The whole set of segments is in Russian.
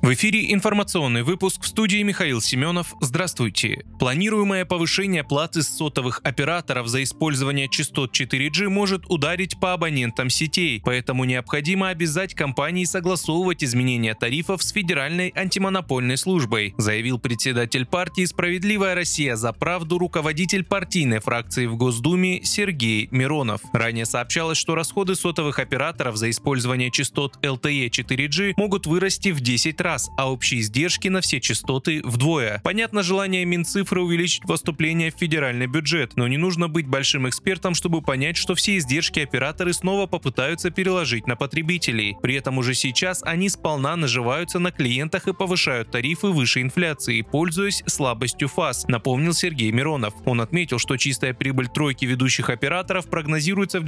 В эфире информационный выпуск, в студии Михаил Семенов. Здравствуйте. Планируемое повышение платы с сотовых операторов за использование частот 4G может ударить по абонентам сетей, поэтому необходимо обязать компании согласовывать изменения тарифов с Федеральной антимонопольной службой, заявил председатель партии «Справедливая Россия за правду», руководитель партийной фракции в Госдуме Сергей Миронов. Ранее сообщалось, что расходы сотовых операторов за использование частот LTE 4G могут вырасти в 10 раз, а общие издержки на все частоты вдвое. Понятно желание Минцифры увеличить поступление в федеральный бюджет, но не нужно быть большим экспертом, чтобы понять, что все издержки операторы снова попытаются переложить на потребителей. При этом уже сейчас они сполна наживаются на клиентах и повышают тарифы выше инфляции, пользуясь слабостью ФАС, напомнил Сергей Миронов. Он отметил, что чистая прибыль тройки ведущих операторов прогнозируется в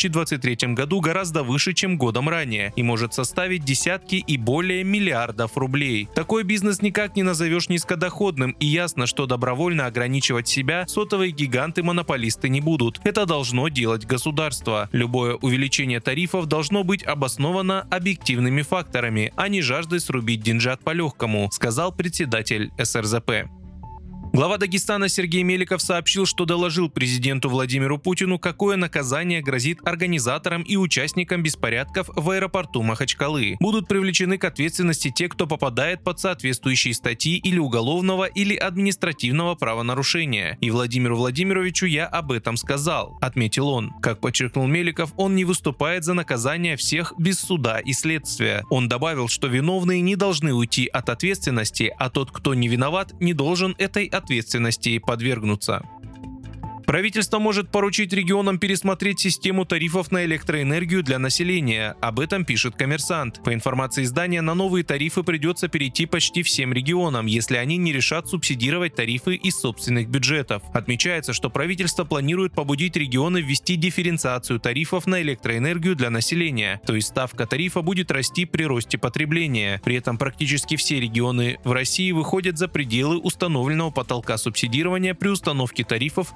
2023 году гораздо выше, чем годом ранее, и может составить десятки и более миллиардов рублей. Такой бизнес никак не назовешь низкодоходным, и ясно, что добровольно ограничивать себя сотовые гиганты-монополисты не будут. Это должно делать государство. Любое увеличение тарифов должно быть обосновано объективными факторами, а не жаждой срубить деньжат по-легкому, сказал председатель СРЗП. Глава Дагестана Сергей Меликов сообщил, что доложил президенту Владимиру Путину, какое наказание грозит организаторам и участникам беспорядков в аэропорту Махачкалы. Будут привлечены к ответственности те, кто попадает под соответствующие статьи или уголовного, или административного правонарушения. И Владимиру Владимировичу я об этом сказал, отметил он. Как подчеркнул Меликов, он не выступает за наказание всех без суда и следствия. Он добавил, что виновные не должны уйти от ответственности, а тот, кто не виноват, не должен этой ответственности подвергнуться. Правительство может поручить регионам пересмотреть систему тарифов на электроэнергию для населения. Об этом пишет «Коммерсант». По информации издания, на новые тарифы придется перейти почти всем регионам, если они не решат субсидировать тарифы из собственных бюджетов. Отмечается, что правительство планирует побудить регионы ввести дифференциацию тарифов на электроэнергию для населения, то есть ставка тарифа будет расти при росте потребления. При этом практически все регионы в России выходят за пределы установленного потолка субсидирования при установке тарифов в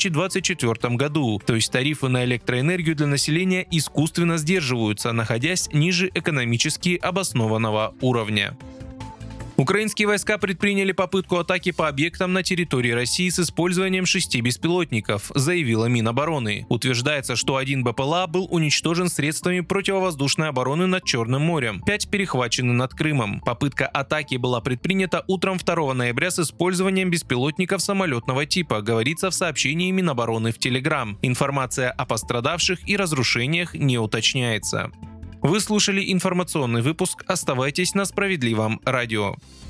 2024 году, то есть тарифы на электроэнергию для населения искусственно сдерживаются, находясь ниже экономически обоснованного уровня. Украинские войска предприняли попытку атаки по объектам на территории России с использованием 6 беспилотников, заявила Минобороны. Утверждается, что один БПЛА был уничтожен средствами противовоздушной обороны над Черным морем, 5 перехвачены над Крымом. Попытка атаки была предпринята утром 2 ноября с использованием беспилотников самолетного типа, говорится в сообщении Минобороны в Telegram. Информация о пострадавших и разрушениях не уточняется. Вы слушали информационный выпуск. Оставайтесь на Справедливом радио.